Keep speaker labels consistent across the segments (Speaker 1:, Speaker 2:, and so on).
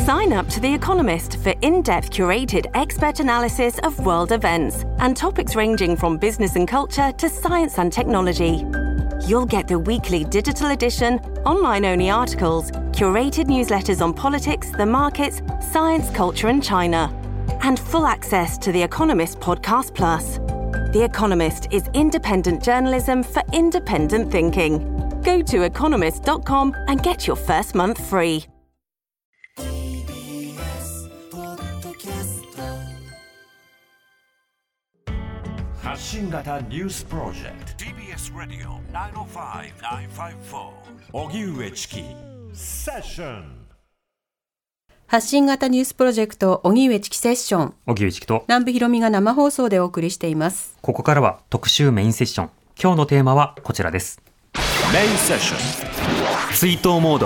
Speaker 1: Sign up to The Economist for in-depth curated expert analysis of world events and topics ranging from business and culture to science and technology. You'll get the weekly digital edition, online-only articles, curated newsletters on politics, the markets, science, culture and China, and full access to The Economist Podcast Plus. The Economist is independent journalism for independent thinking. Go to economist.com and get your first month free.
Speaker 2: TBS ポッドキャスト
Speaker 3: 発信型ニュースプロジェクト TBS ラディオ905-954荻上チキセッション。
Speaker 4: 発信型ニュースプロジェクト荻上チキセッション、
Speaker 5: 荻上チキと
Speaker 4: 南部ひろみが生放送でお送りしています。
Speaker 5: ここからは特集メインセッション。今日のテーマはこちらです。
Speaker 3: メインセッション
Speaker 5: 追悼モード。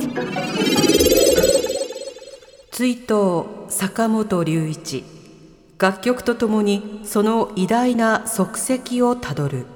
Speaker 4: 追悼坂本龍一、楽曲とともにその偉大な足跡をたどる。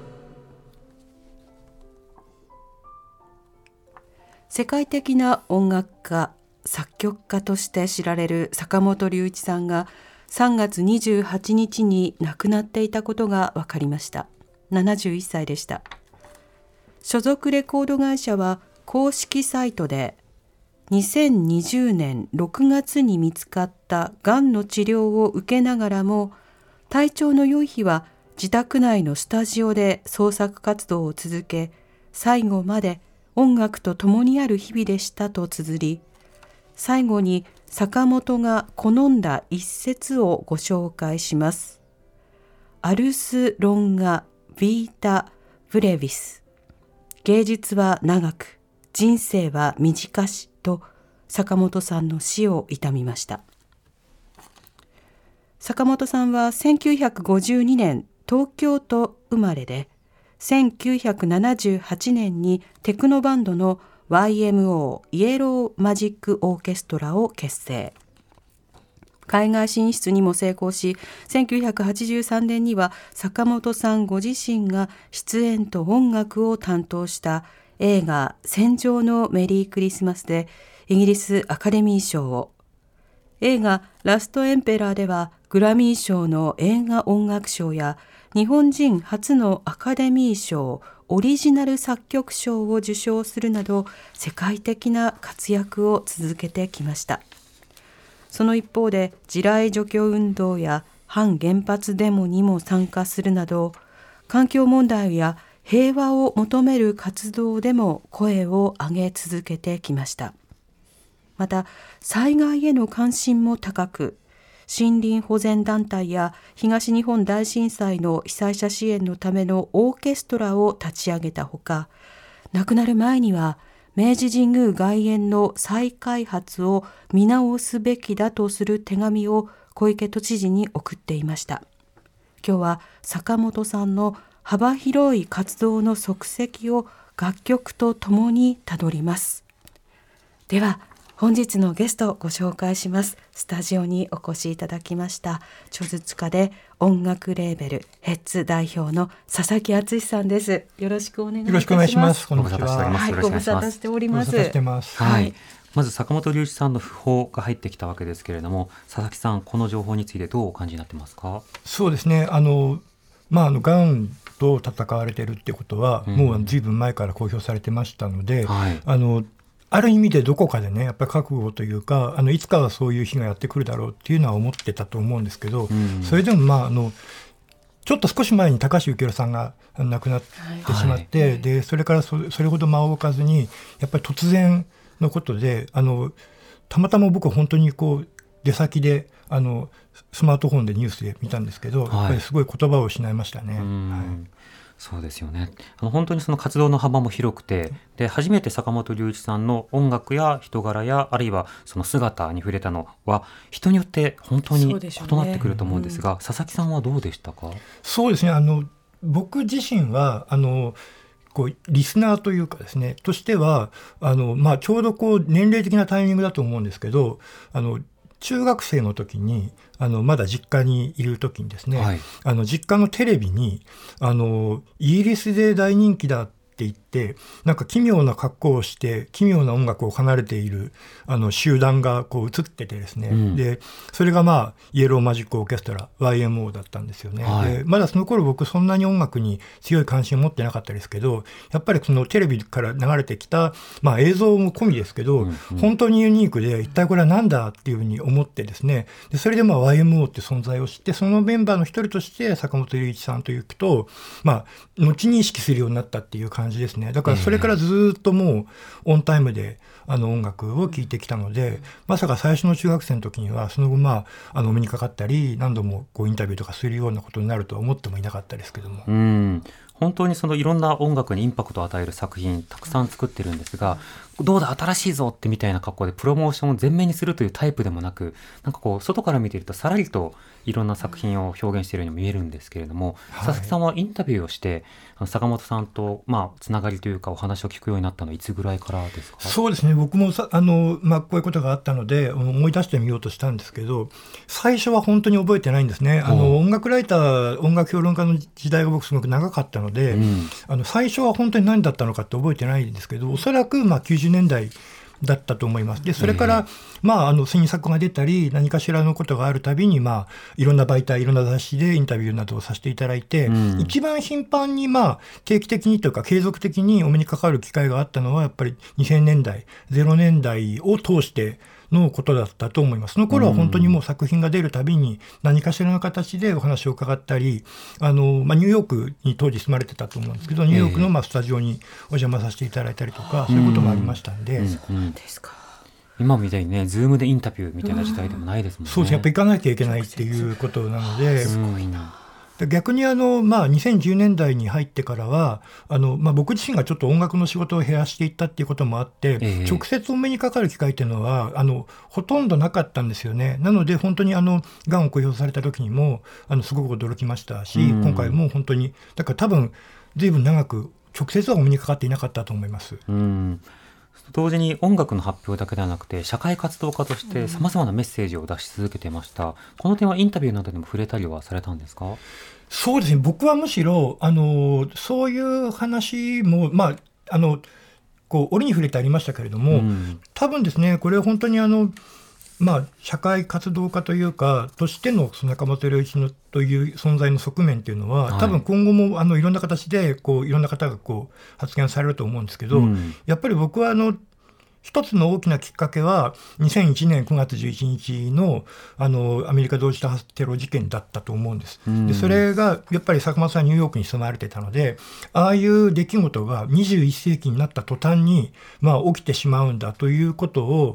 Speaker 4: 世界的な音楽家作曲家として知られる坂本龍一さんが3月28日に亡くなっていたことが分かりました。71歳でした。所属レコード会社は公式サイトで2020年6月に見つかったがんの治療を受けながらも、体調の良い日は自宅内のスタジオで創作活動を続け、最後まで音楽と共にある日々でしたと綴り、最後に坂本が好んだ一節をご紹介します。アルス・ロンガ・ヴィータ・ブレビス。芸術は長く、人生は短しと坂本さんの死を悼みました。坂本さんは1952年東京都生まれで、1978年にテクノバンドの YMO イエローマジックオーケストラを結成。海外進出にも成功し、1983年には坂本さんご自身が出演と音楽を担当した映画戦場のメリークリスマスでイギリスアカデミー賞を、映画ラストエンペラーではグラミー賞の映画音楽賞や日本人初のアカデミー賞オリジナル作曲賞を受賞するなど世界的な活躍を続けてきました。その一方で地雷除去運動や反原発デモにも参加するなど、環境問題や平和を求める活動でも声を上げ続けてきました。また災害への関心も高く、森林保全団体や東日本大震災の被災者支援のためのオーケストラを立ち上げたほか、亡くなる前には明治神宮外苑の再開発を見直すべきだとする手紙を小池都知事に送っていました。今日は坂本さんの幅広い活動の足跡を楽曲とともにたどります。では本日のゲストをご紹介します。スタジオにお越しいただきました著述家で音楽レーベルヘッズ代表の佐々木敦さんです。よろしくお願いいたします。
Speaker 6: よろしくお願いします。こんにちは。
Speaker 4: はい、ご無沙汰しております。
Speaker 5: はい。まず坂本龍一さんの訃報が入ってきたわけですけれども、佐々木さん、この情報についてどうお感じになってますか？
Speaker 6: そうですね。がんと戦われているってことは、もうずいぶん前から公表されてましたので、ある意味でどこかでね、やっぱり覚悟というか、いつかはそういう日がやってくるだろうっていうのは思ってたと思うんですけど、それでもちょっと少し前に高橋幸宏さんが亡くなってしまって、でそれからそれほど間を置かずに、やっぱり突然のことで、たまたま僕は本当に出先でスマートフォンでニュースで見たんですけど、やっぱりすごい言葉を失いましたね。
Speaker 5: そうですよね。本当にその活動の幅も広くて、で初めて坂本龍一さんの音楽や人柄やあるいはその姿に触れたのは人によって本当に異なってくると思うんですが、佐々木さんはどうでしたか？
Speaker 6: そうですね。僕自身はリスナーというかですね、としてはちょうど年齢的なタイミングだと思うんですけど、中学生の時にまだ実家にいる時にですね、実家のテレビにイギリスで大人気だって言っ 、なんか奇妙な格好をして奇妙な音楽を奏でている集団がこう映っててですね、でそれがイエローマジックオーケストラ YMO だったんですよね、でまだその頃僕そんなに音楽に強い関心を持ってなかったですけど、やっぱりそのテレビから流れてきた、映像も込みですけど、本当にユニークで一体これは何だっていうふうに思ってですね、でそれでYMO って存在を知って、そのメンバーの一人として坂本龍一さんというと、後に意識するようになったっていう感じですね。だからそれからずっともうオンタイムで音楽を聴いてきたので、まさか最初の中学生の時にはその後お目にかかったり何度もこうインタビューとかするようなことになるとは思ってもいなかったですけども、
Speaker 5: 本当にそのいろんな音楽にインパクトを与える作品たくさん作ってるんですが、どうだ新しいぞってみたいな格好でプロモーションを前面にするというタイプでもなく、なんかこう外から見ているとさらりといろんな作品を表現しているように見えるんですけれども、佐々木さんはインタビューをして坂本さんとつながりというかお話を聞くようになったのはいつぐらいからですか？
Speaker 6: そうですね、僕もこういうことがあったので思い出してみようとしたんですけど、最初は本当に覚えてないんですね。音楽ライター音楽評論家の時代が僕すごく長かったので、最初は本当に何だったのかって覚えてないんですけど、おそらく90年代だったと思います。でそれから、新作が出たり何かしらのことがあるたびに、いろんな媒体いろんな雑誌でインタビューなどをさせていただいて、一番頻繁に定期的にというか継続的にお目にかかる機会があったのはやっぱり2000年代0年代を通してのことだったと思います。その頃は本当にもう作品が出るたびに何かしらの形でお話を伺ったり、ニューヨークに当時住まれてたと思うんですけど、ニューヨークのスタジオにお邪魔させていただいたりとか、そういうこともありましたんで、
Speaker 4: そうなんですか。
Speaker 5: 今みたいにね、ズームでインタビューみたいな時代でもないですもんね。
Speaker 6: そうですね、やっぱり行かなきゃいけないっていうことなので、逆に2010年代に入ってからは僕自身がちょっと音楽の仕事を減らしていったっていうこともあって、直接お目にかかる機会っていうのはほとんどなかったんですよね。なので本当にがんを公表された時にもすごく驚きましたし、今回も本当にだから多分随分長く直接はお目にかかっていなかったと思います。
Speaker 5: 同時に音楽の発表だけではなくて社会活動家としてさまざまなメッセージを出し続けていました。この点はインタビューなどでも触れたりはされたんですか？
Speaker 6: そうですね、僕はむしろそういう話も折に触れてありましたけれども、多分ですねこれは本当に社会活動家というかとしての坂本龍一という存在の側面というのは、多分今後もいろんな形でいろんな方が発言されると思うんですけど、やっぱり僕は一つの大きなきっかけは2001年9月11日のアメリカ同時多発テロ事件だったと思うんです。でそれがやっぱり坂本さんニューヨークに住まれてたので、ああいう出来事が21世紀になった途端に起きてしまうんだということを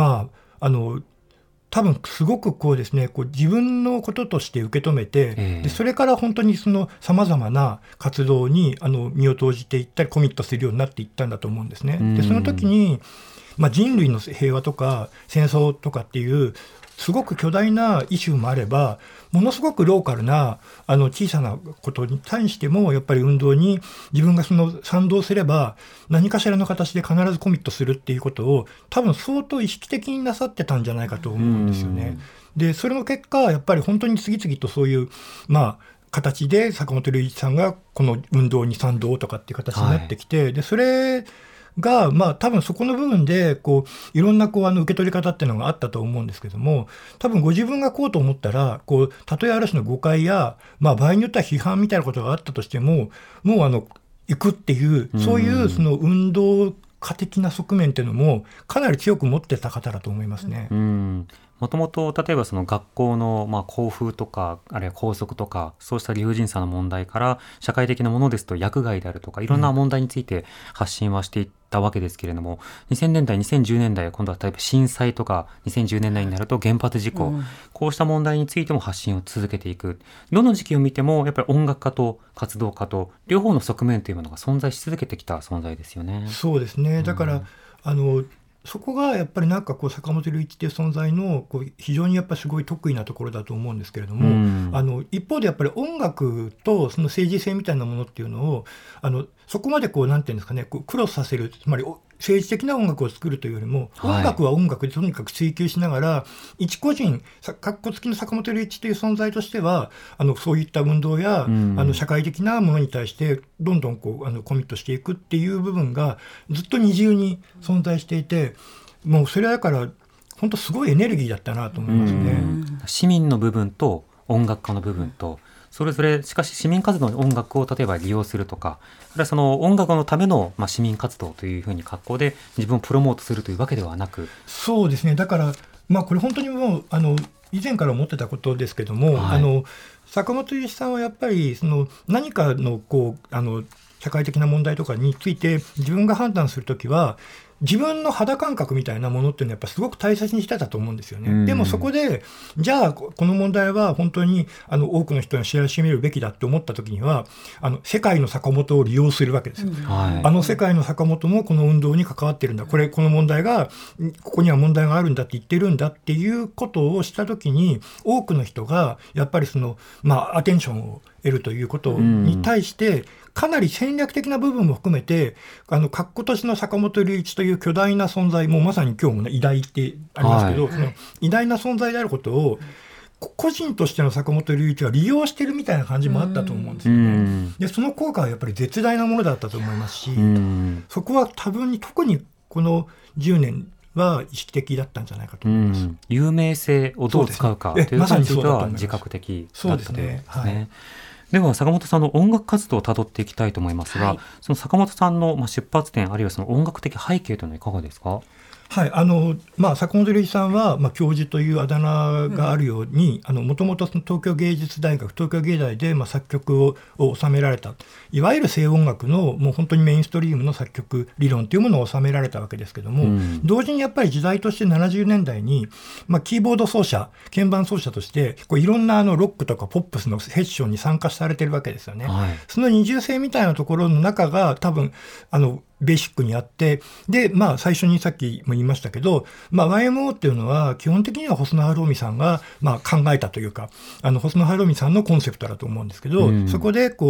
Speaker 6: 多分すごくですね自分のこととして受け止めて、でそれから本当にさまざまな活動に身を投じていったりコミットするようになっていったんだと思うんですね。でその時に、人類の平和とか戦争とかっていうすごく巨大なイシューもあれば、ものすごくローカルな小さなことに対してもやっぱり運動に自分が賛同すれば何かしらの形で必ずコミットするっていうことを多分相当意識的になさってたんじゃないかと思うんですよね。でそれの結果やっぱり本当に次々とそういう形で坂本龍一さんがこの運動に賛同とかっていう形になってきて、でそれが多分そこの部分でいろんな受け取り方っていうのがあったと思うんですけども、多分ご自分がこうと思ったらたとえある種の誤解や、場合によっては批判みたいなことがあったとしてももう行くっていうそういう運動家的な側面っていうのもかなり強く持ってた方だと思いますね。
Speaker 5: もともと例えば学校の校風とかあるいは校則とかそうした理不尽さの問題から社会的なものですと薬害であるとかいろんな問題について発信はしていったわけですけれども、2000年代2010年代今度は例えば震災とか2010年代になると原発事故、こうした問題についても発信を続けていく。どの時期を見てもやっぱり音楽家と活動家と両方の側面というものが存在し続けてきた存在ですよね。
Speaker 6: そうですね、だからそこがやっぱり坂本龍一っていう存在の非常にやっぱりすごい得意なところだと思うんですけれども、一方でやっぱり音楽とその政治性みたいなものっていうのをそこまでなんていうんですかねクロスさせる、つまり政治的な音楽を作るというよりも、音楽は音楽でとにかく追求しながら、一個人かっこつきの坂本龍一という存在としてはそういった運動や、社会的なものに対してどんどんコミットしていくっていう部分がずっと二重に存在していて、もうそれはだから本当すごいエネルギーだったなと思いますね。
Speaker 5: 市民の部分と音楽家の部分とそれぞれ、しかし市民活動の音楽を例えば利用するとか、あるいはその音楽のための、市民活動というふうに格好で自分をプロモートするというわけではなく。
Speaker 6: そうですね。だから、これ本当にもう以前から思ってたことですけども、坂本龍一さんはやっぱり何かの社会的な問題とかについて自分が判断するときは自分の肌感覚みたいなものっていうのはやっぱすごく大切にしてたと思うんですよね。でもそこでじゃあこの問題は本当に多くの人に知らしめるべきだって思った時には世界の坂本を利用するわけですよ。世界の坂本もこの運動に関わってるんだ、この問題がここには問題があるんだって言ってるんだっていうことをした時に多くの人がやっぱりアテンションを得るということに対してかなり戦略的な部分も含めて確固としの坂本龍一という巨大な存在もまさに今日もね偉大ってありますけど、その偉大な存在であることを個人としての坂本龍一は利用してるみたいな感じもあったと思うんですよね。でその効果はやっぱり絶大なものだったと思いますし、そこは多分に特にこの10年は意識的だったんじゃないかと思います。
Speaker 5: 有名性をどう使うかという感じは自覚的だったということですね。では坂本さんの音楽活動をたどっていきたいと思いますが、その坂本さんの出発点あるいはその音楽的背景というのはいかがですか？
Speaker 6: 坂本龍一さんは、教授というあだ名があるようにもともと東京芸術大学東京芸大で、作曲を収められた、いわゆる西音楽のもう本当にメインストリームの作曲理論というものを収められたわけですけども、同時にやっぱり時代として70年代に、キーボード奏者鍵盤奏者としていろんなロックとかポップスのセッションに参加されてるわけですよね。その二重性みたいなところの中が多分ベーシックにあって、で、最初にさっきも言いましたけど、YMO っていうのは基本的には細野晴臣さんが、考えたというか、細野晴臣さんのコンセプトだと思うんですけど、そこで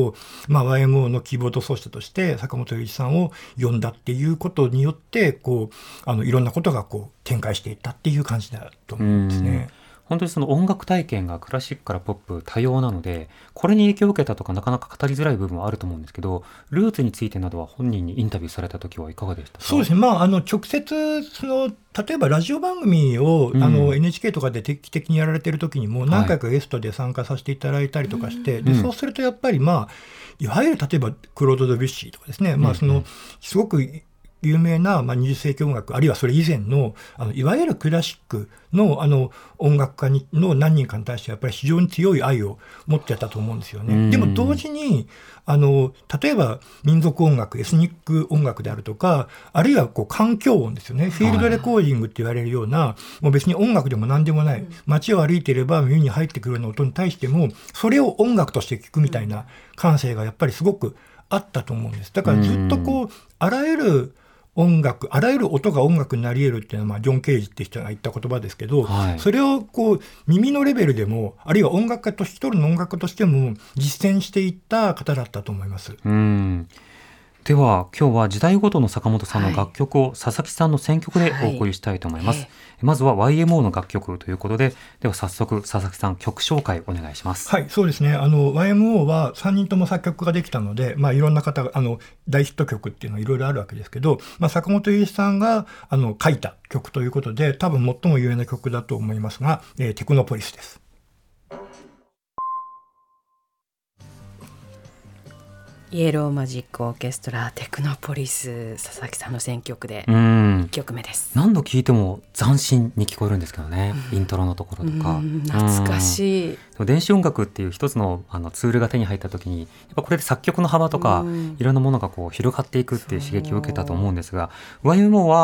Speaker 6: YMO のキーボード奏者として坂本龍一さんを呼んだっていうことによって、いろんなことが展開していったっていう感じだと思うんですね。
Speaker 5: 本当にその音楽体験がクラシックからポップ多様なので、これに影響を受けたとかなかなか語りづらい部分はあると思うんですけど、ルーツについてなどは本人にインタビューされた時はいかがでしたか？
Speaker 6: そうですね、直接例えばラジオ番組をNHK とかで定期的にやられてる時にも何回かゲストで参加させていただいたりとかして、でそうするとやっぱりいわゆる例えばクロード・ドビュッシーとかですね、すごく有名な20世紀音楽あるいはそれ以前のいわゆるクラシックの音楽家の何人かに対してやっぱり非常に強い愛を持ってたと思うんですよね。でも同時に例えば民族音楽エスニック音楽であるとか、あるいは環境音ですよね、フィールドレコーディングって言われるような、もう別に音楽でも何でもない街を歩いていれば耳に入ってくるような音に対してもそれを音楽として聞くみたいな感性がやっぱりすごくあったと思うんです。だからずっとあらゆる音楽、あらゆる音が音楽になり得るっていうのは、ジョン・ケージって人が言った言葉ですけど、それを耳のレベルでもあるいは音楽家と一人の音楽家としても実践していった方だったと思います。
Speaker 5: では今日は時代ごとの坂本さんの楽曲を佐々木さんの選曲でお送りしたいと思います。まずは YMO の楽曲ということで、では早速佐々木さん曲紹介お願いします。
Speaker 6: はい、そうですね。YMO は3人とも作曲ができたので、いろんな方が大ヒット曲っていうのはいろいろあるわけですけど、坂本龍一さんが書いた曲ということで多分最も有名な曲だと思いますが、テクノポリスです。
Speaker 4: イエローマジックオーケストラテクノポリス、佐々木さんの選曲で1曲目です。
Speaker 5: 何度聴いても斬新に聞こえるんですけどね、イントロのところとか
Speaker 4: 懐かしい。
Speaker 5: 電子音楽っていう一つのツールが手に入った時にやっぱこれで作曲の幅とかいろんなものが広がっていくっていう刺激を受けたと思うんですが、YMO は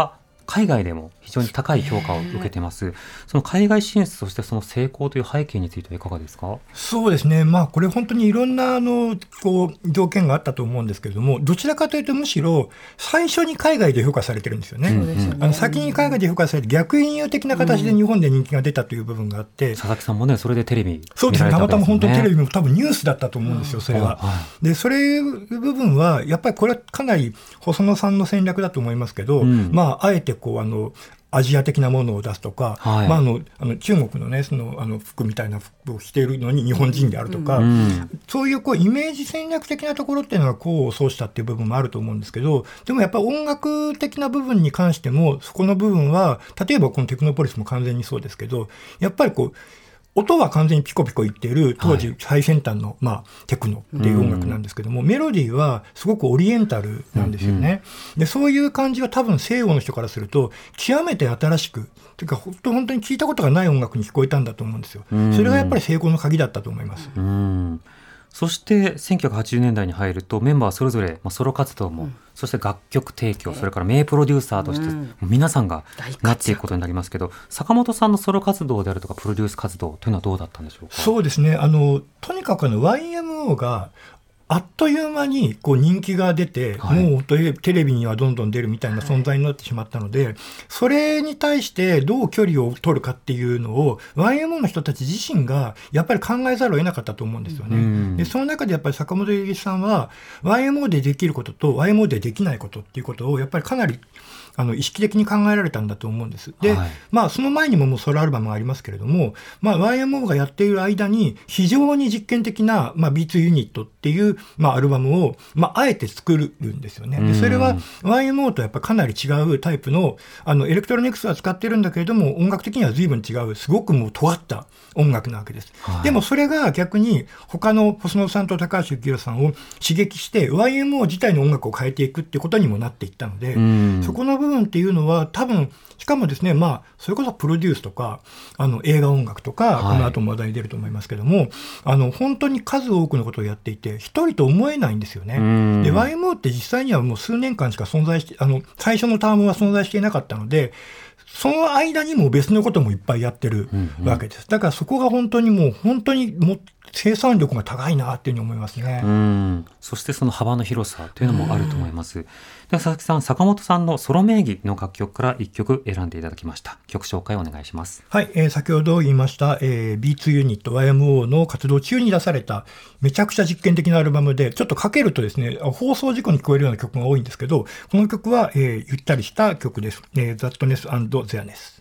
Speaker 5: 海外でも非常に高い評価を受けてます。その海外進出、そしてその成功という背景についてはいかがですか？
Speaker 6: そうですね、これ本当にいろんなこう条件があったと思うんですけれども、どちらかというとむしろ最初に海外で評価されてるんですよね。先に海外で評価されて逆輸入的な形で日本で人気が出たという部分があって、
Speaker 5: 佐々木さんもね、それでテレビ見られた
Speaker 6: そうですね、たまたま本当にテレビ
Speaker 5: ビ
Speaker 6: も多分ニュースだったと思うんですよ、それは。で、それ部分はやっぱりこれはかなり細野さんの戦略だと思いますけど、あえてこうアジア的なものを出すとか、中国のね、服みたいな服を着ているのに日本人であるとか、そういうイメージ戦略的なところっていうのが功を奏したっていう部分もあると思うんですけど、でもやっぱり音楽的な部分に関しても、そこの部分は、例えばこのテクノポリスも完全にそうですけど、やっぱり音は完全にピコピコいっている当時最先端の、テクノっていう音楽なんですけども、メロディーはすごくオリエンタルなんですよね。で、そういう感じは多分西洋の人からすると極めて新しく、というか本当に聞いたことがない音楽に聞こえたんだと思うんですよ。それがやっぱり成功の鍵だったと思います。
Speaker 5: そして1980年代に入るとメンバーそれぞれソロ活動も、そして楽曲提供、それから名プロデューサーとして皆さんがなっていくことになりますけど、坂本さんのソロ活動であるとかプロデュース活動というのはどうだったんでしょうか？
Speaker 6: そうですね、とにかくYMO があっという間に人気が出て、もうテレビにはどんどん出るみたいな存在になってしまったので、それに対してどう距離を取るかっていうのを YMO の人たち自身がやっぱり考えざるを得なかったと思うんですよね。で、その中でやっぱり坂本龍一さんは YMO でできることと YMO でできないことっていうことをやっぱりかなり意識的に考えられたんだと思うんです。で、その前にもソロアルバムがありますけれども、YMO がやっている間に非常に実験的な、B2 ユニットっていう、アルバムを、あえて作るんですよね。で、それは YMO とやっぱかなり違うタイプの、エレクトロニクスは使ってるんだけれども、音楽的には随分違う、すごくもう尖った音楽なわけです。でもそれが逆に他の細野さんと高橋幸宏さんを刺激して YMO 自体の音楽を変えていくってことにもなっていったので、そこの部分っていうのは多分、しかもですね、それこそプロデュースとか映画音楽とか、この後も話題に出ると思いますけども、本当に数多くのことをやっていて一人と思えないんですよね。で YMO って実際にはもう数年間しか存在して最初のタームは存在していなかったので、その間にも別のこともいっぱいやってるわけです。だからそこが本当にもう生産力が高いなっていうふうに思いますね。
Speaker 5: そしてその幅の広さというのもあると思います。では佐々木さん、坂本さんのソロ名義の楽曲から1曲選んでいただきました。曲紹介をお願いします。
Speaker 6: はい、先ほど言いました、B2 ユニット YMO の活動中に出されためちゃくちゃ実験的なアルバムで、ちょっとかけるとですね、放送事故に聞こえるような曲が多いんですけど、この曲は、ゆったりした曲です。Thatness and Theirness。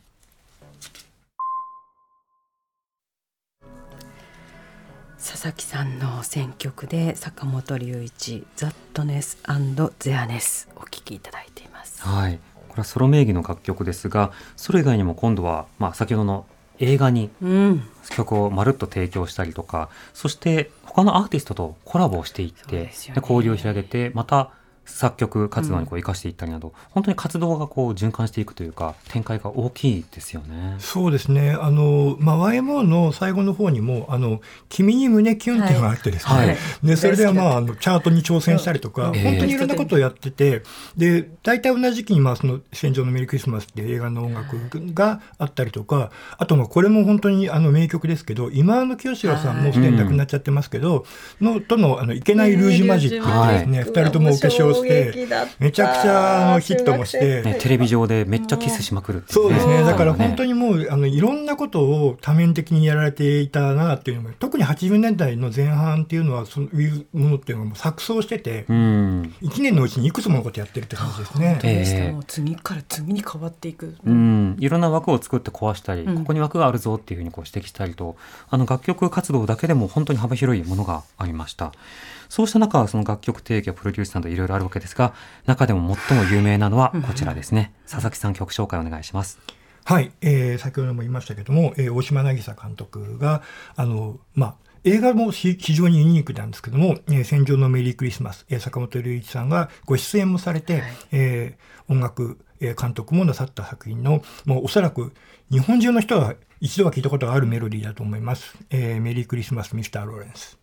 Speaker 4: 佐々木さんの選曲で坂本龍一 Thatness and Theirness お聴きいただいています。
Speaker 5: はい、これはソロ名義の楽曲ですが、それ以外にも今度は、先ほどの映画に曲をまるっと提供したりとか、そして他のアーティストとコラボをしていって、交流を広げてまた作曲活動に生かしていったりなど、本当に活動が循環していくというか展開が大きいですよね。
Speaker 6: そうですね。YMO の最後の方にも君に胸キュンっていうのがあってですね、でそれではチャートに挑戦したりとか、本当にいろんなことをやってて、で大体同じ時期にその戦場のメリークリスマスっていう映画の音楽があったりとか、あとこれも本当に名曲ですけど、今の清志郎さんもすでに亡くなっちゃってますけど、とのいけないルージュマジックってですね、2人ともお化粧してめちゃくちゃヒットもして、
Speaker 5: テレビ上でめっちゃキスしまくるっていう、
Speaker 6: そうですね。だから本当にもういろんなことを多面的にやられていたなっていうのも、特に80年代の前半っていうのはそういうものっていうのがもう錯綜してて、1年のうちにいくつものことやってるって感じですね。
Speaker 4: もう次から次に変わっていく、
Speaker 5: いろんな枠を作って壊したり、ここに枠があるぞっていうふうに指摘したりと、楽曲活動だけでも本当に幅広いものがありました。そうした中、その楽曲提供プロデュースなどいろいろあるわけですが、中でも最も有名なのはこちらですね。佐々木さん、曲紹介お願いします。
Speaker 6: はい、先ほども言いましたけども、大島渚監督が映画も非常にユニークなんですけども、戦場のメリークリスマス、坂本龍一さんがご出演もされて、音楽、監督もなさった作品の、もうおそらく日本中の人は一度は聞いたことがあるメロディーだと思います。メリークリスマスミスター・ローレンス。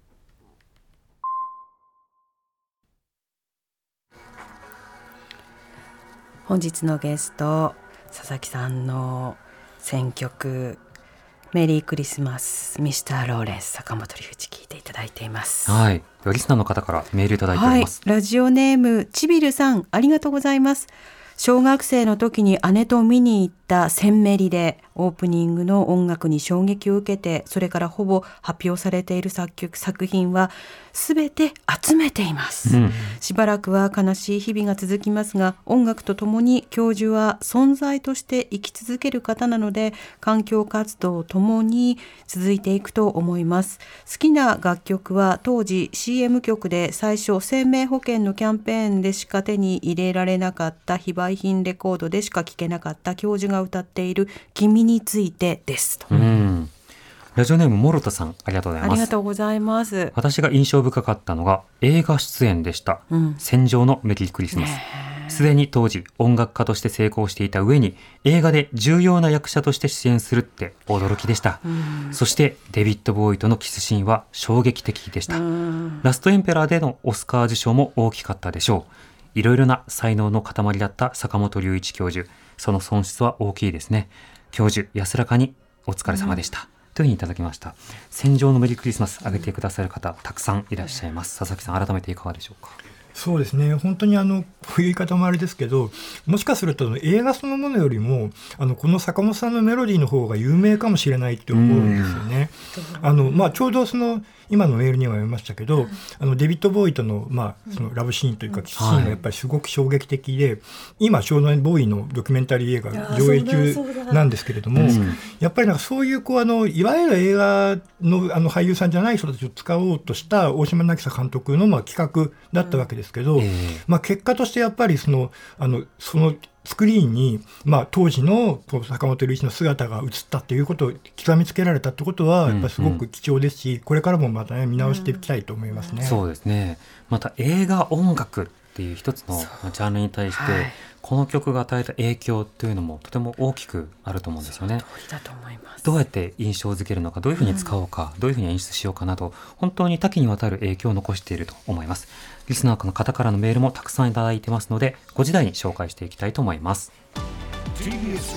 Speaker 4: 本日のゲスト佐々木さんの選曲メリークリスマスミスターローレンス坂本龍一聞いていただいています。
Speaker 5: はい、リスナーの方からメールいただいております。
Speaker 4: はい、ラジオネームちびるさん、ありがとうございます。小学生の時に姉と見に行ったセンメリでオープニングの音楽に衝撃を受けて、それからほぼ発表されている作品はすべて集めています、しばらくは悲しい日々が続きますが、音楽とともに教授は存在として生き続ける方なので、環境活動ともに続いていくと思います。好きな楽曲は当時 CM 曲で最初生命保険のキャンペーンでしか手に入れられなかった非売品レコードでしか聴けなかった教授が歌っている君についてですと。
Speaker 5: ラジオネームモロタさん、ありがとうございます。
Speaker 4: ありがとうございます。
Speaker 5: 私が印象深かったのが映画出演でした、戦場のメリークリスマス。すでに当時音楽家として成功していた上に映画で重要な役者として出演するって驚きでした、そしてデビッド・ボーイとのキスシーンは衝撃的でした、ラストエンペラーでのオスカー受賞も大きかったでしょう。いろいろな才能の塊だった坂本龍一教授、その損失は大きいですね。教授安らかにお疲れ様でした、というふうにいただきました。戦場のメリークリスマス挙げてくださる方たくさんいらっしゃいます。佐々木さん、改めていかがでしょうか。
Speaker 6: そうですね、本当にこういう言い方もあれですけど、もしかすると映画そのものよりもこの坂本さんのメロディーの方が有名かもしれないって思うんですよね。ちょうど今のメールには読みましたけど、デビッド・ボーイとの、そのラブシーンというかキスシーンがやっぱりすごく衝撃的で、今ちょうどボーイのドキュメンタリー映画上映中なんですけれども、やっぱりなんかそういういわゆる映画の俳優さんじゃない人たちを使おうとした大島渚監督の企画だったわけですけど、結果としてやっぱりそのスクリーンに、当時の坂本龍一の姿が映ったっていうことを刻みつけられたってことはやっぱりすごく貴重ですし、これからもまた見直していきたいと思いますね。
Speaker 5: そうですね。また映画音楽っていう一つのジャンルに対して、この曲が与えた影響というのもとても大きくあると思うんですよね。
Speaker 4: だと思います。
Speaker 5: どうやって印象づけるのか、どういうふうに使おうか、どういうふうに演出しようかなど、本当に多岐にわたる影響を残していると思います。リスナーの方からのメールもたくさんいただいてますので、5時台に紹介していきたいと思います。
Speaker 3: TBS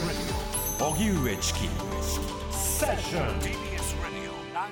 Speaker 3: Radio 荻上チキセッション TBS Radio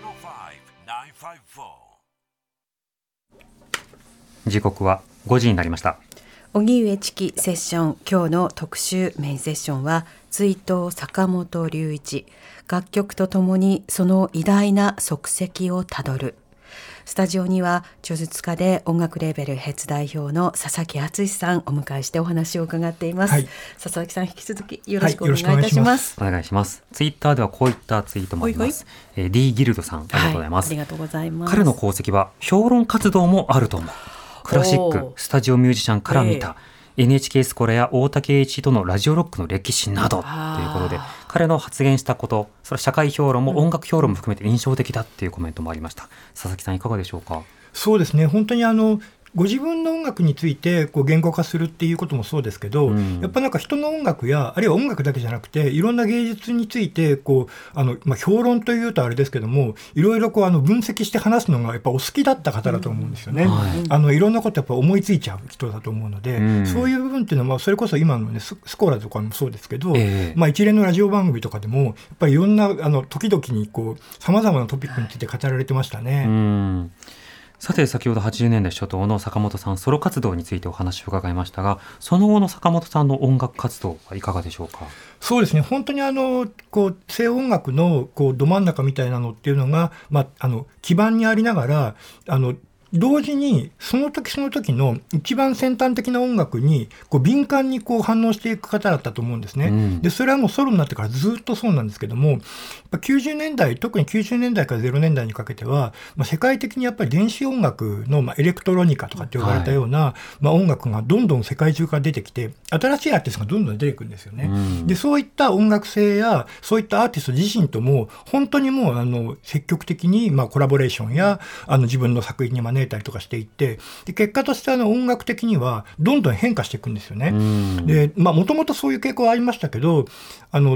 Speaker 3: 905-954。
Speaker 5: 時刻は5時になりました。
Speaker 4: 荻上チキセッション、今日の特集メインセッションは追悼坂本龍一、楽曲とともにその偉大な足跡をたどる。スタジオには著述家で音楽レーベルヘッズ代表の佐々木敦さんお迎えしてお話を伺っています、佐々木さん、引き続きよろしくお願いいたします。
Speaker 5: お願いします。ツイッターではこういったツイートもあります。D ギルドさん、ありがとうございます。
Speaker 4: ありがとうございます。
Speaker 5: 彼の功績は評論活動もあると思う。クラシック、スタジオミュージシャンから見た、NHK スコラや大竹栄一とのラジオロックの歴史などということで、彼の発言したこと、それ社会評論も音楽評論も含めて印象的だっていうコメントもありました。佐々木さん、いかがでしょうか。
Speaker 6: そうですね、本当にご自分の音楽について言語化するっていうこともそうですけど、やっぱなんか人の音楽やあるいは音楽だけじゃなくていろんな芸術について評論というとあれですけども、いろいろ分析して話すのがやっぱお好きだった方だと思うんですよね、いろんなことやっぱ思いついちゃう人だと思うので、そういう部分っていうのはそれこそ今の、ね、スコラとかもそうですけど、一連のラジオ番組とかでもやっぱりいろんな時々にさまざまなトピックについて語られてましたね。
Speaker 5: さて、先ほど80年代初頭の坂本さんソロ活動についてお話を伺いましたが、その後の坂本さんの音楽活動はいかがでしょうか。
Speaker 6: そうですね、本当に西洋音楽のど真ん中みたいなのっていうのが、基盤にありながら同時にその時その時の一番先端的な音楽に敏感に反応していく方だったと思うんですね、でそれはもうソロになってからずっとそうなんですけども、90年代特に90年代から0年代にかけては、世界的にやっぱり電子音楽の、エレクトロニカとかって呼ばれたような、音楽がどんどん世界中から出てきて、新しいアーティストがどんどん出てくるんですよね、でそういった音楽性やそういったアーティスト自身とも本当にもう積極的にコラボレーションや自分の作品に招いたりとかしていって、で結果として音楽的にはどんどん変化していくんですよね。でもともとそういう傾向はありましたけど、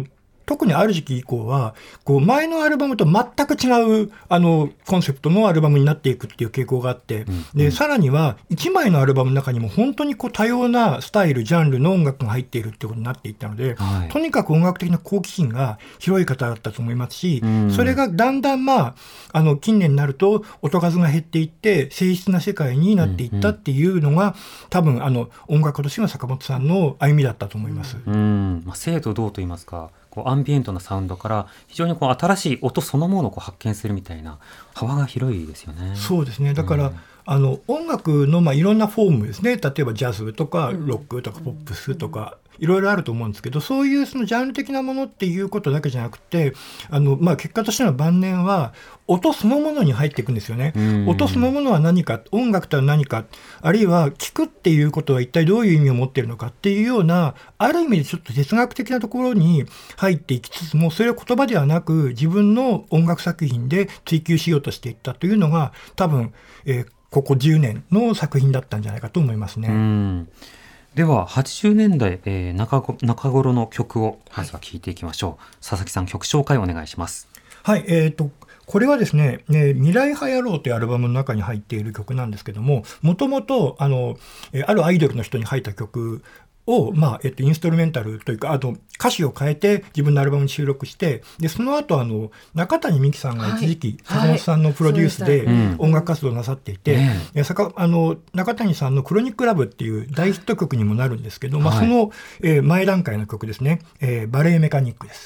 Speaker 6: 特にある時期以降はこう前のアルバムと全く違うコンセプトのアルバムになっていくっていう傾向があって、でさらには1枚のアルバムの中にも本当にこう多様なスタイルジャンルの音楽が入っているってことになっていったので、とにかく音楽的な好奇心が広い方だったと思いますし、それがだんだん近年になると音数が減っていって静質な世界になっていったっていうのが、多分音楽としての坂本さんの歩みだったと思います。
Speaker 5: 静と動といいますか、こうアンビエントなサウンドから非常にこう新しい音そのものをこう発見するみたいな幅が広いですよね。
Speaker 6: そうですね。だから、音楽のいろんなフォームですね。例えばジャズとかロックとかポップスとか、いろいろあると思うんですけど、そういうそのジャンル的なものっていうことだけじゃなくて、結果としての晩年は音そのものに入っていくんですよね。音そのものは何か、音楽とは何か、あるいは聴くっていうことは一体どういう意味を持っているのかっていうような、ある意味でちょっと哲学的なところに入っていきつつも、それを言葉ではなく自分の音楽作品で追求しようとしていったというのが、多分、ここ10年の作品だったんじゃないかと思いますね。
Speaker 5: では80年代、中頃の曲をまずは聴いていきましょう。佐々木さん、曲紹介をお願いします。
Speaker 6: はい、これはですね、未来派野郎というアルバムの中に入っている曲なんですけども、もともとあるアイドルの人に入った曲を、インストルメンタルというか、歌詞を変えて自分のアルバムに収録して、でその後中谷美紀さんが一時期、坂本さんのプロデュースで音楽活動をなさっていて、中谷さんのクロニックラブっていう大ヒット曲にもなるんですけど、その、前段階の曲ですね、バレエメカニックです。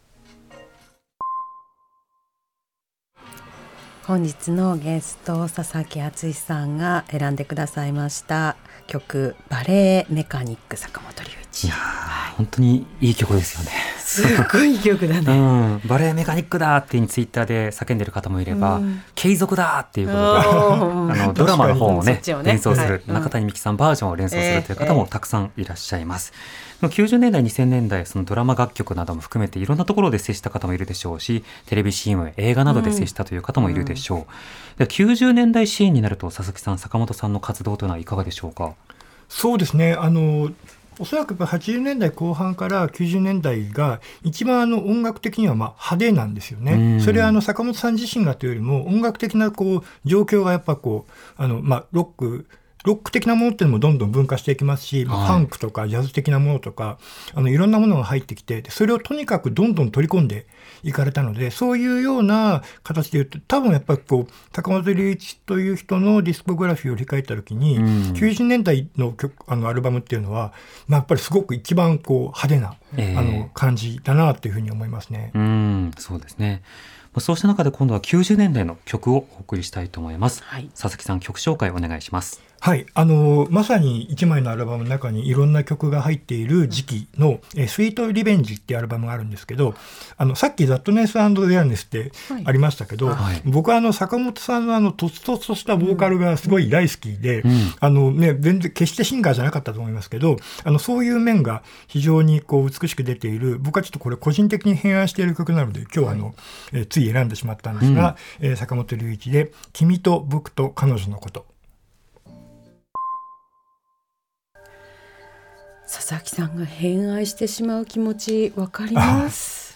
Speaker 4: 本日のゲスト佐々木敦さんが選んでくださいました曲、バレエメカニック、坂本龍一。
Speaker 5: いや、本当にいい曲ですよね。
Speaker 4: すごいいい曲だね。
Speaker 5: バレエメカニックだってツイッターで叫んでる方もいれば、継続だっていうことでドラマの方をね連想する、中谷美紀さんバージョンを連想するという方もたくさんいらっしゃいます。90年代2000年代、そのドラマ楽曲なども含めていろんなところで接した方もいるでしょうし、テレビ CM、映画などで接したという方もいるでしょう。で90年代シーンになると佐々木さん、坂本さんの活動というのはいかがでしょうか。
Speaker 6: そうですね、おそらく80年代後半から90年代が一番音楽的には派手なんですよね。それは坂本さん自身がというよりも音楽的な状況がやっぱロック的なものっていうのもどんどん分化していきますし、ファンクとかジャズ的なものとかいろんなものが入ってきて、それをとにかくどんどん取り込んでいかれたので、そういうような形でいうと、多分やっぱり坂本龍一という人のディスコグラフィーを振り返った時に、90年代のアルバムっていうのは、やっぱりすごく一番派手な感じだなというふうに思いますね。
Speaker 5: そうですね。そうした中で今度は90年代の曲をお送りしたいと思います。佐々木さん、曲紹介お願いします。
Speaker 6: はい、まさに1枚のアルバムの中にいろんな曲が入っている時期のスイートリベンジっていうアルバムがあるんですけど、さっきザットネス&デアネスってありましたけど、僕は坂本さんのとつとつとしたボーカルがすごい大好きで、全然決してシンガーじゃなかったと思いますけど、そういう面が非常に美しく出ている、僕はちょっとこれ個人的に偏愛している曲なので今日はつい選んでしまったんですが、坂本龍一で君と僕と彼女のこと。
Speaker 4: 佐々木さんが偏愛してしまう気持ちわかります。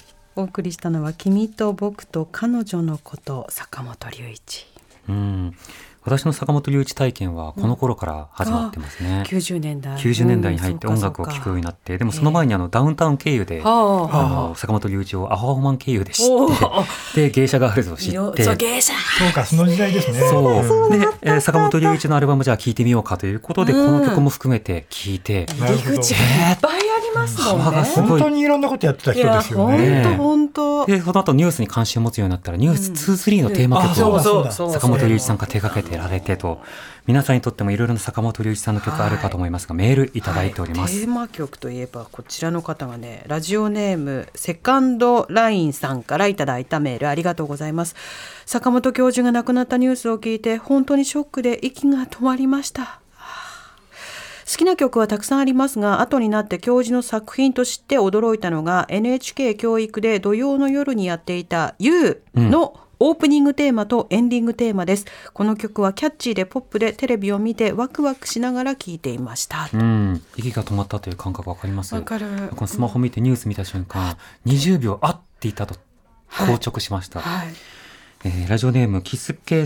Speaker 4: お送りしたのは君と僕と彼女のこと、坂本龍一。
Speaker 5: 私の坂本龍一体験はこの頃から始まってますね。
Speaker 4: 90年代
Speaker 5: に入って音楽を聴くようになって、でもその前にダウンタウン経由で、坂本龍一をアホアホマン経由で知ってで芸者ガールズを知って、
Speaker 6: そうか、その時代ですね。
Speaker 5: で坂本龍一のアルバムじゃあ聴いてみようかということで、この曲も含めて聴いて、
Speaker 4: 入り口がいっぱいありますもんね。
Speaker 6: 本当にいろんなことやってた人ですよね。
Speaker 4: 本当
Speaker 5: でその後ニュースに関心を持つようになったら、ニュース2、3のテーマ曲を坂本龍一さんが手掛けてられてと、皆さんにとってもいろいろな坂本龍一さんの曲あるかと思いますが、メールいただいております。
Speaker 4: テーマ曲といえばこちらの方がね、ラジオネームセカンドラインさんからいただいたメール、ありがとうございます。坂本教授が亡くなったニュースを聞いて本当にショックで息が止まりました。好きな曲はたくさんありますが、後になって教授の作品と知って驚いたのが NHK 教育で土曜の夜にやっていた You のオープニングテーマとエンディングテーマです。この曲はキャッチーでポップでテレビを見てワクワクしながら聴いていました。
Speaker 5: 息が止まったという感覚わかります。
Speaker 4: わかる。
Speaker 5: このスマホ見てニュース見た瞬間、20秒あって言ったと硬直しました。ラジオネームキスケ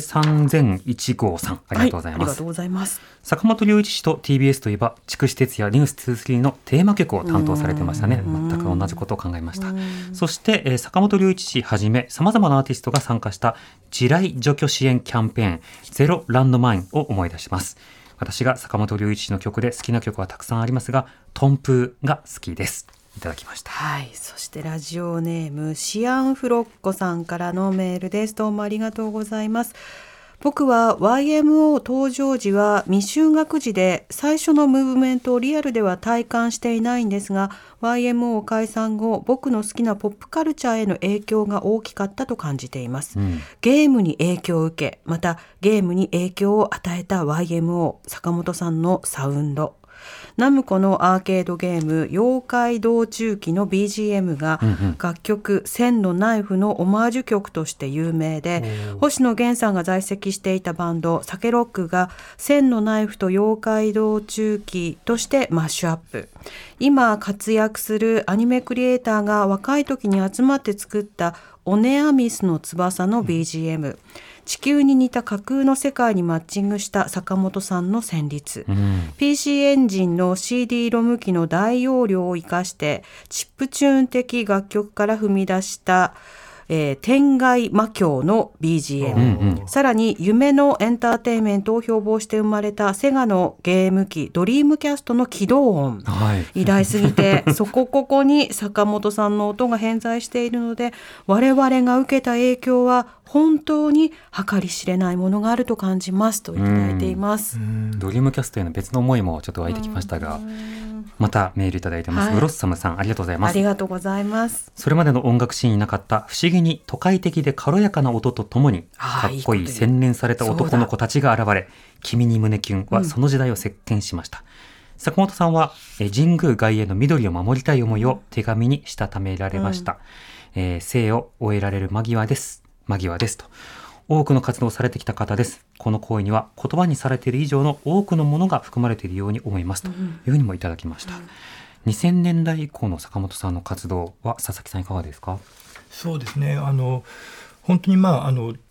Speaker 5: 3015さん、ありがとうございます。
Speaker 4: ありがとうございます。
Speaker 5: 坂本龍一氏と TBS といえば筑紫哲也ニュース23のテーマ曲を担当されてましたね。全く同じことを考えました。そして、坂本龍一氏はじめ様々なアーティストが参加した地雷除去支援キャンペーンゼロランドマインを思い出します。私が坂本龍一氏の曲で好きな曲はたくさんありますが、トンプーが好きです。いただきました。
Speaker 4: そしてラジオネームシアンフロッコさんからのメールです。どうもありがとうございます。僕は YMO 登場時は未就学児で最初のムーブメントをリアルでは体感していないんですが、 YMO 解散後僕の好きなポップカルチャーへの影響が大きかったと感じています。ゲームに影響を受け、またゲームに影響を与えた YMO 坂本さんのサウンド、ナムコのアーケードゲーム妖怪道中記の BGM が楽曲千のナイフのオマージュ曲として有名で、星野源さんが在籍していたバンドサケロックが千のナイフと妖怪道中記としてマッシュアップ。今活躍するアニメクリエイターが若い時に集まって作ったオネアミスの翼の BGM、地球に似た架空の世界にマッチングした坂本さんの旋律、PC エンジンの CD ロム機の大容量を生かしてチップチューン的楽曲から踏み出した天外魔境の BGM、さらに夢のエンターテインメントを標榜して生まれたセガのゲーム機ドリームキャストの起動音、偉大すぎてそこここに坂本さんの音が偏在しているので、我々が受けた影響は本当に計り知れないものがあると感じますといただいています。
Speaker 5: ドリームキャストへの別の思いもちょっと湧いてきましたが、またメールいただいてます。ブロッサムさん、ありがとうございます。
Speaker 4: ありがとうございます。
Speaker 5: それまでの音楽シーンになかった不思議に都会的で軽やかな音とともにかっこいい洗練された男の子たちが現れ、君に胸キュンはその時代を席巻しました。坂本さんは神宮外苑の緑を守りたい思いを手紙にしたためられました。生を終えられる間際ですと。多くの活動をされてきた方です。この行為には言葉にされている以上の多くのものが含まれているように思いますというふうにもいただきました。2000年代以降の坂本さんの活動は佐々木さんいかがですか？
Speaker 6: そうですね、本当にま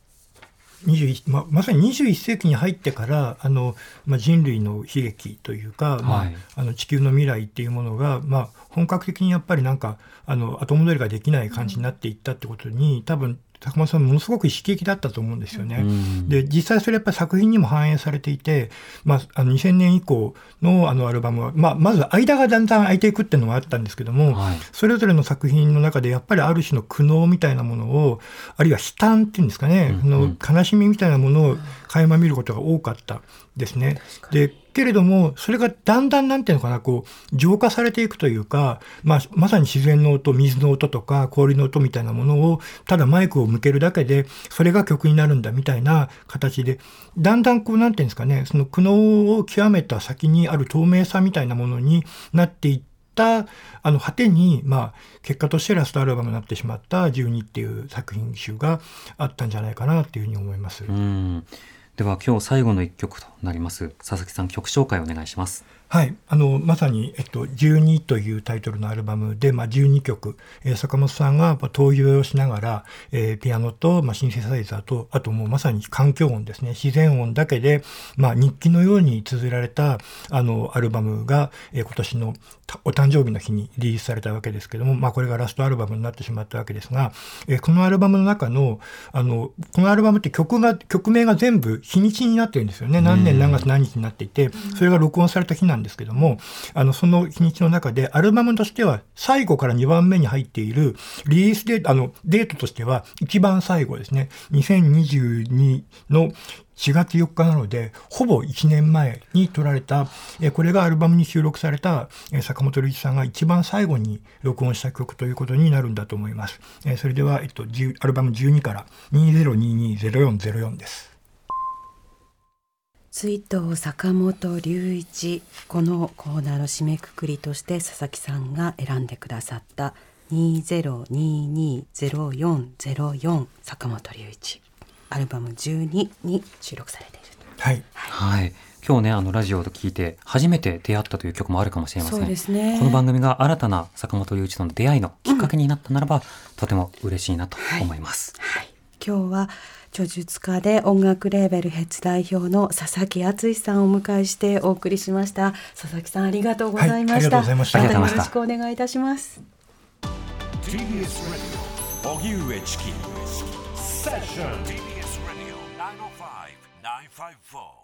Speaker 6: さに21世紀に入ってから人類の悲劇というか、地球の未来っていうものが、本格的にやっぱり後戻りができない感じになっていったってことに、多分坂本さんものすごく刺激だったと思うんですよね。で実際それやっぱり作品にも反映されていて、2000年以降のアルバムは、まず間がだんだん空いていくっていうのもあったんですけども、それぞれの作品の中でやっぱりある種の苦悩みたいなものを、あるいは悲嘆っていうんですかね、悲しみみたいなものを垣間見ることが多かったですね。でけれどもそれがだんだんなんていうのかな、浄化されていくというか、まさに自然の音、水の音とか氷の音みたいなものをただマイクを向けるだけでそれが曲になるんだみたいな形で、だんだんなんていうんですかね、その苦悩を極めた先にある透明さみたいなものになっていった果てに、結果としてラストアルバムになってしまった12っていう作品集があったんじゃないかなっていうふうに思います。
Speaker 5: では今日最後の一曲となります佐々木さん、曲紹介をお願いします。
Speaker 6: はい、まさに、12というタイトルのアルバムで、12曲、坂本さんが投影をしながら、ピアノと、シンセサイザーと、あともうまさに環境音ですね、自然音だけで、日記のように綴られたアルバムが、今年のお誕生日の日にリリースされたわけですけども、これがラストアルバムになってしまったわけですが、このアルバムの中のこのアルバムって曲名が全部日にちになってるんですよね。何年何月何日になっていて、それが録音された日なんですけども、その日にちの中でアルバムとしては最後から2番目に入っているリリースデートとしては一番最後ですね。2022の4月4日なのでほぼ1年前に撮られた、これがアルバムに収録された、坂本龍一さんが一番最後に録音した曲ということになるんだと思います。それでは、アルバム12から2022-0404です。
Speaker 4: 追悼坂本龍一、このコーナーの締めくくりとして佐々木さんが選んでくださった 2022-0404坂本龍一アルバム12に収録されている。
Speaker 6: はい、
Speaker 5: はい、今日ねラジオを聞いて初めて出会ったという曲もあるかもしれません。
Speaker 4: そうですね。
Speaker 5: この番組が新たな坂本龍一との出会いのきっかけになったならば、とても嬉しいなと思います。
Speaker 4: はいはい、今日は著述家で音楽レーベルヘッズ代表の佐々木敦さんをお迎えしてお送りしました。佐々木さんありがとうございました。
Speaker 6: はい、ありがとうございました。
Speaker 4: またよろしくお願いいたします。
Speaker 3: TBS Radio 荻上チキセッション TBS Radio 905-954